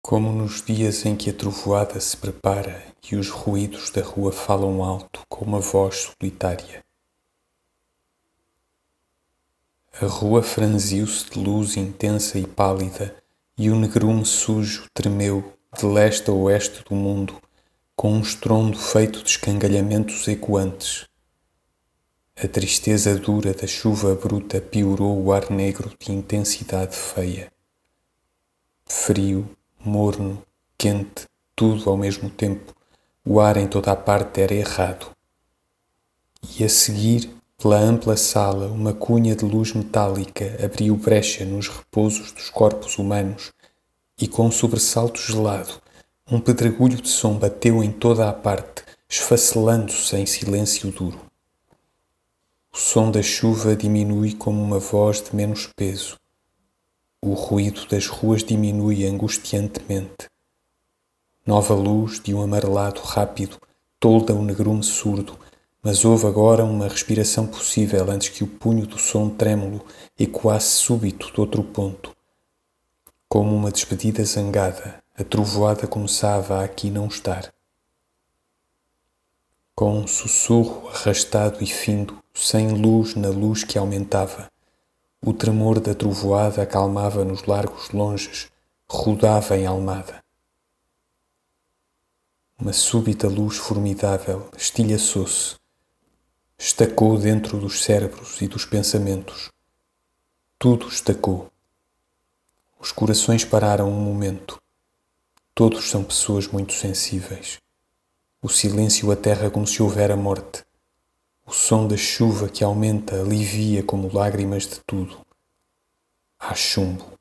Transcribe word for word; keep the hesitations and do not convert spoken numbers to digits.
Como nos dias em que a trovoada se prepara e os ruídos da rua falam alto com uma voz solitária. A rua franziu-se de luz intensa e pálida e o negrume sujo tremeu de leste a oeste do mundo com um estrondo feito de escangalhamentos ecoantes. A tristeza dura da chuva bruta piorou o ar negro de intensidade feia. Frio, morno, quente, tudo ao mesmo tempo, o ar em toda a parte era errado. E a seguir, pela ampla sala, uma cunha de luz metálica abriu brecha nos repousos dos corpos humanos e, com um sobressalto gelado, um pedregulho de som bateu em toda a parte, esfacelando-se em silêncio duro. O som da chuva diminui como uma voz de menos peso. O ruído das ruas diminui angustiantemente. Nova luz de um amarelado rápido tolda o negrume surdo, mas houve agora uma respiração possível antes que o punho do som trêmulo ecoasse súbito de outro ponto. Como uma despedida zangada, a trovoada começava a aqui não estar. Com um sussurro arrastado e findo, sem luz na luz que aumentava, o tremor da trovoada acalmava nos largos longes, rodava em Almada. Uma súbita luz formidável estilhaçou-se, estacou dentro dos cérebros e dos pensamentos. Tudo estacou. Os corações pararam um momento. Todos são pessoas muito sensíveis. O silêncio aterra como se houvera morte. O som da chuva que aumenta alivia como lágrimas de tudo. Há chumbo.